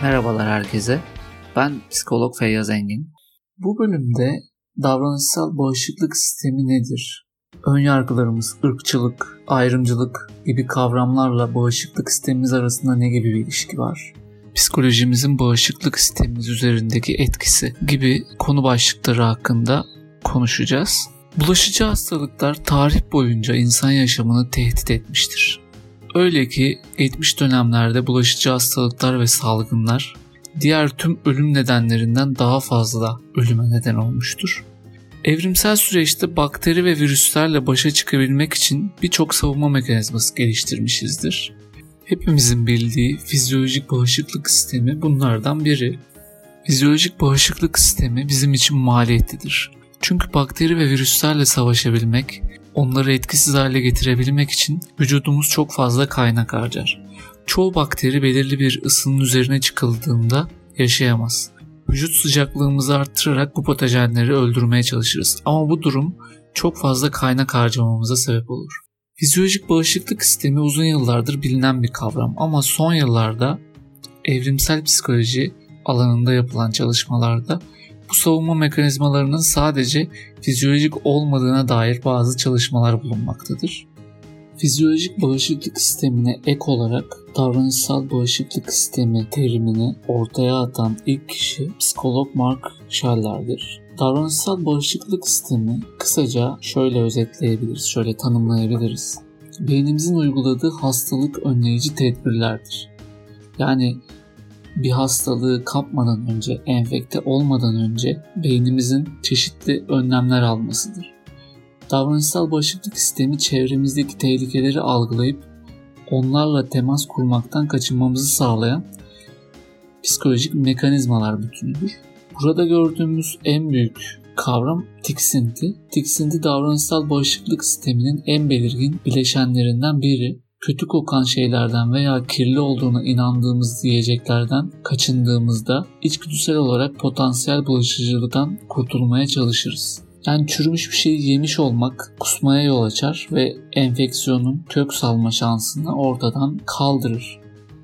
Merhabalar herkese. Ben psikolog Feyyaz Engin. Bu bölümde davranışsal bağışıklık sistemi nedir? Önyargılarımız, ırkçılık, ayrımcılık gibi kavramlarla bağışıklık sistemimiz arasında ne gibi bir ilişki var? Psikolojimizin bağışıklık sistemimiz üzerindeki etkisi gibi konu başlıkları hakkında konuşacağız. Bulaşıcı hastalıklar tarih boyunca insan yaşamını tehdit etmiştir. Öyle ki geçmiş dönemlerde bulaşıcı hastalıklar ve salgınlar diğer tüm ölüm nedenlerinden daha fazla ölüme neden olmuştur. Evrimsel süreçte bakteri ve virüslerle başa çıkabilmek için birçok savunma mekanizması geliştirmişizdir. Hepimizin bildiği fizyolojik bağışıklık sistemi bunlardan biri. Fizyolojik bağışıklık sistemi bizim için maliyetlidir. Çünkü bakteri ve virüslerle savaşabilmek, onları etkisiz hale getirebilmek için vücudumuz çok fazla kaynak harcar. Çoğu bakteri belirli bir ısının üzerine çıkıldığında yaşayamaz. Vücut sıcaklığımızı arttırarak bu patojenleri öldürmeye çalışırız. Ama bu durum çok fazla kaynak harcamamıza sebep olur. Fizyolojik bağışıklık sistemi uzun yıllardır bilinen bir kavram ama son yıllarda evrimsel psikoloji alanında yapılan çalışmalarda bu savunma mekanizmalarının sadece fizyolojik olmadığına dair bazı çalışmalar bulunmaktadır. Fizyolojik bağışıklık sistemine ek olarak davranışsal bağışıklık sistemi terimini ortaya atan ilk kişi psikolog Mark Schaller'dir. Davranışsal bağışıklık sistemi kısaca şöyle özetleyebiliriz, şöyle tanımlayabiliriz. Beynimizin uyguladığı hastalık önleyici tedbirlerdir. Yani bir hastalığı kapmadan önce, enfekte olmadan önce beynimizin çeşitli önlemler almasıdır. Davranışsal bağışıklık sistemi çevremizdeki tehlikeleri algılayıp onlarla temas kurmaktan kaçınmamızı sağlayan psikolojik mekanizmalar bütünüdür. Burada gördüğümüz en büyük kavram tiksinti. Tiksinti davranışsal bağışıklık sisteminin en belirgin bileşenlerinden biri. Kötü kokan şeylerden veya kirli olduğuna inandığımız yiyeceklerden kaçındığımızda içgüdüsel olarak potansiyel bulaşıcılıktan kurtulmaya çalışırız. Yani çürümüş bir şeyi yemiş olmak kusmaya yol açar ve enfeksiyonun kök salma şansını ortadan kaldırır.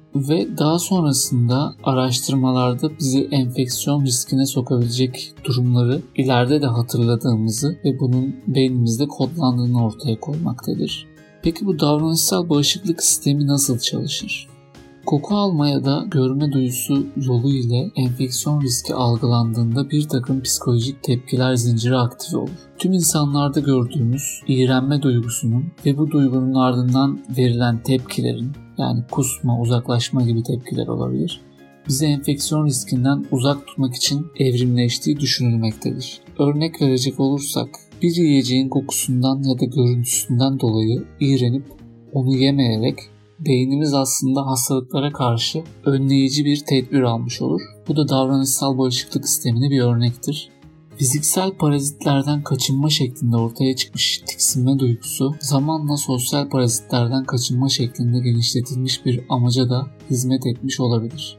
Ve daha sonrasında araştırmalarda bizi enfeksiyon riskine sokabilecek durumları ileride de hatırladığımızı ve bunun beynimizde kodlandığını ortaya koymaktadır. Peki bu davranışsal bağışıklık sistemi nasıl çalışır? Koku alma ya da görme duyusu yolu ile enfeksiyon riski algılandığında bir takım psikolojik tepkiler zinciri aktive olur. Tüm insanlarda gördüğümüz iğrenme duygusunun ve bu duygunun ardından verilen tepkilerin, yani kusma, uzaklaşma gibi tepkiler olabilir, bizi enfeksiyon riskinden uzak tutmak için evrimleştiği düşünülmektedir. Örnek verecek olursak, bir yiyeceğin kokusundan ya da görüntüsünden dolayı iğrenip onu yemeyerek beynimiz aslında hastalıklara karşı önleyici bir tedbir almış olur. Bu da davranışsal bağışıklık sistemine bir örnektir. Fiziksel parazitlerden kaçınma şeklinde ortaya çıkmış tiksinme duygusu zamanla sosyal parazitlerden kaçınma şeklinde genişletilmiş bir amaca da hizmet etmiş olabilir.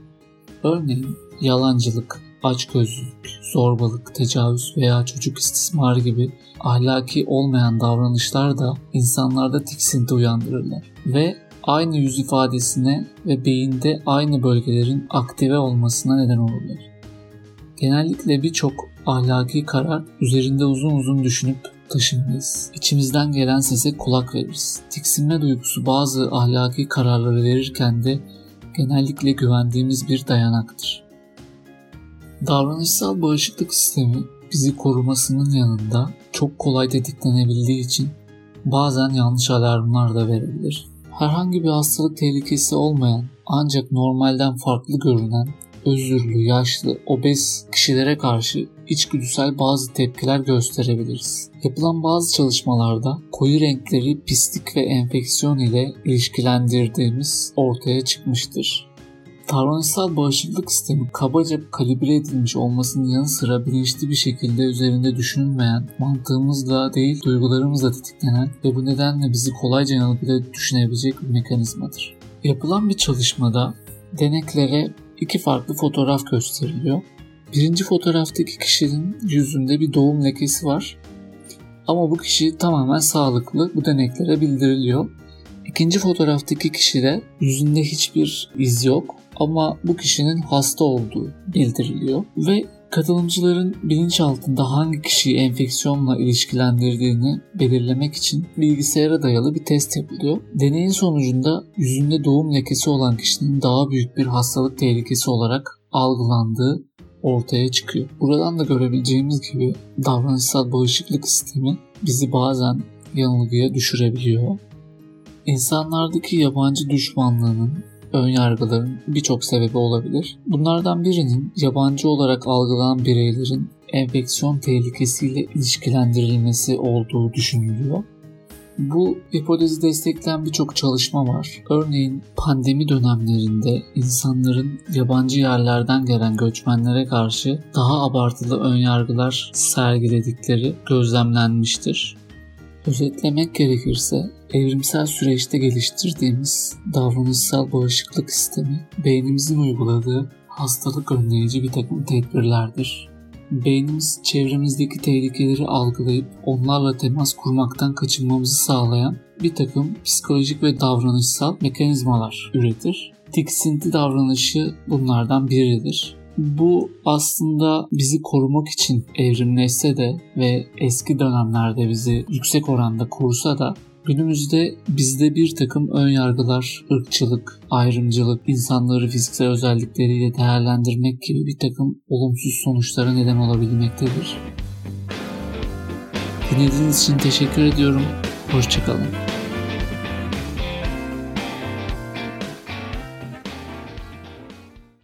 Örneğin yalancılık, açgözlülük, zorbalık, tecavüz veya çocuk istismarı gibi ahlaki olmayan davranışlar da insanlarda tiksinti uyandırırlar ve aynı yüz ifadesine ve beyinde aynı bölgelerin aktive olmasına neden olurlar. Genellikle birçok ahlaki karar üzerinde uzun uzun düşünüp taşınmayız. İçimizden gelen sese kulak veririz. Tiksinme duygusu bazı ahlaki kararları verirken de genellikle güvendiğimiz bir dayanaktır. Davranışsal bağışıklık sistemi bizi korumasının yanında çok kolay tetiklenebildiği için bazen yanlış alarmlar da verebilir. Herhangi bir hastalık tehlikesi olmayan ancak normalden farklı görünen özürlü, yaşlı, obez kişilere karşı içgüdüsel bazı tepkiler gösterebiliriz. Yapılan bazı çalışmalarda koyu renkleri pislik ve enfeksiyon ile ilişkilendirdiğimiz ortaya çıkmıştır. Davranışsal bağışıklık sistemi kabaca kalibre edilmiş olmasının yanı sıra bilinçli bir şekilde üzerinde düşünülmeyen, mantığımızla değil duygularımızla tetiklenen ve bu nedenle bizi kolayca yanılgıda düşünebilecek bir mekanizmadır. Yapılan bir çalışmada deneklere iki farklı fotoğraf gösteriliyor. Birinci fotoğraftaki kişinin yüzünde bir doğum lekesi var ama bu kişi tamamen sağlıklı, bu deneklere bildiriliyor. İkinci fotoğraftaki kişide yüzünde hiçbir iz yok ama bu kişinin hasta olduğu bildiriliyor ve katılımcıların bilinçaltında hangi kişiyi enfeksiyonla ilişkilendirdiğini belirlemek için bilgisayara dayalı bir test yapılıyor. Deneyin sonucunda yüzünde doğum lekesi olan kişinin daha büyük bir hastalık tehlikesi olarak algılandığı ortaya çıkıyor. Buradan da görebileceğimiz gibi davranışsal bağışıklık sistemi bizi bazen yanılgıya düşürebiliyor. İnsanlardaki yabancı düşmanlığının, önyargıların birçok sebebi olabilir. Bunlardan birinin yabancı olarak algılanan bireylerin enfeksiyon tehlikesiyle ilişkilendirilmesi olduğu düşünülüyor. Bu hipotezi destekleyen birçok çalışma var. Örneğin pandemi dönemlerinde insanların yabancı yerlerden gelen göçmenlere karşı daha abartılı önyargılar sergiledikleri gözlemlenmiştir. Özetlemek gerekirse evrimsel süreçte geliştirdiğimiz davranışsal bağışıklık sistemi beynimizin uyguladığı hastalık önleyici bir takım tedbirlerdir. Beynimiz çevremizdeki tehlikeleri algılayıp onlarla temas kurmaktan kaçınmamızı sağlayan bir takım psikolojik ve davranışsal mekanizmalar üretir. Tiksinti davranışı bunlardan biridir. Bu aslında bizi korumak için evrimleşse de ve eski dönemlerde bizi yüksek oranda korusa da günümüzde bizde bir takım önyargılar, ırkçılık, ayrımcılık, insanları fiziksel özellikleriyle değerlendirmek gibi bir takım olumsuz sonuçlara neden olabilmektedir. Dinlediğiniz için teşekkür ediyorum. Hoşça kalın.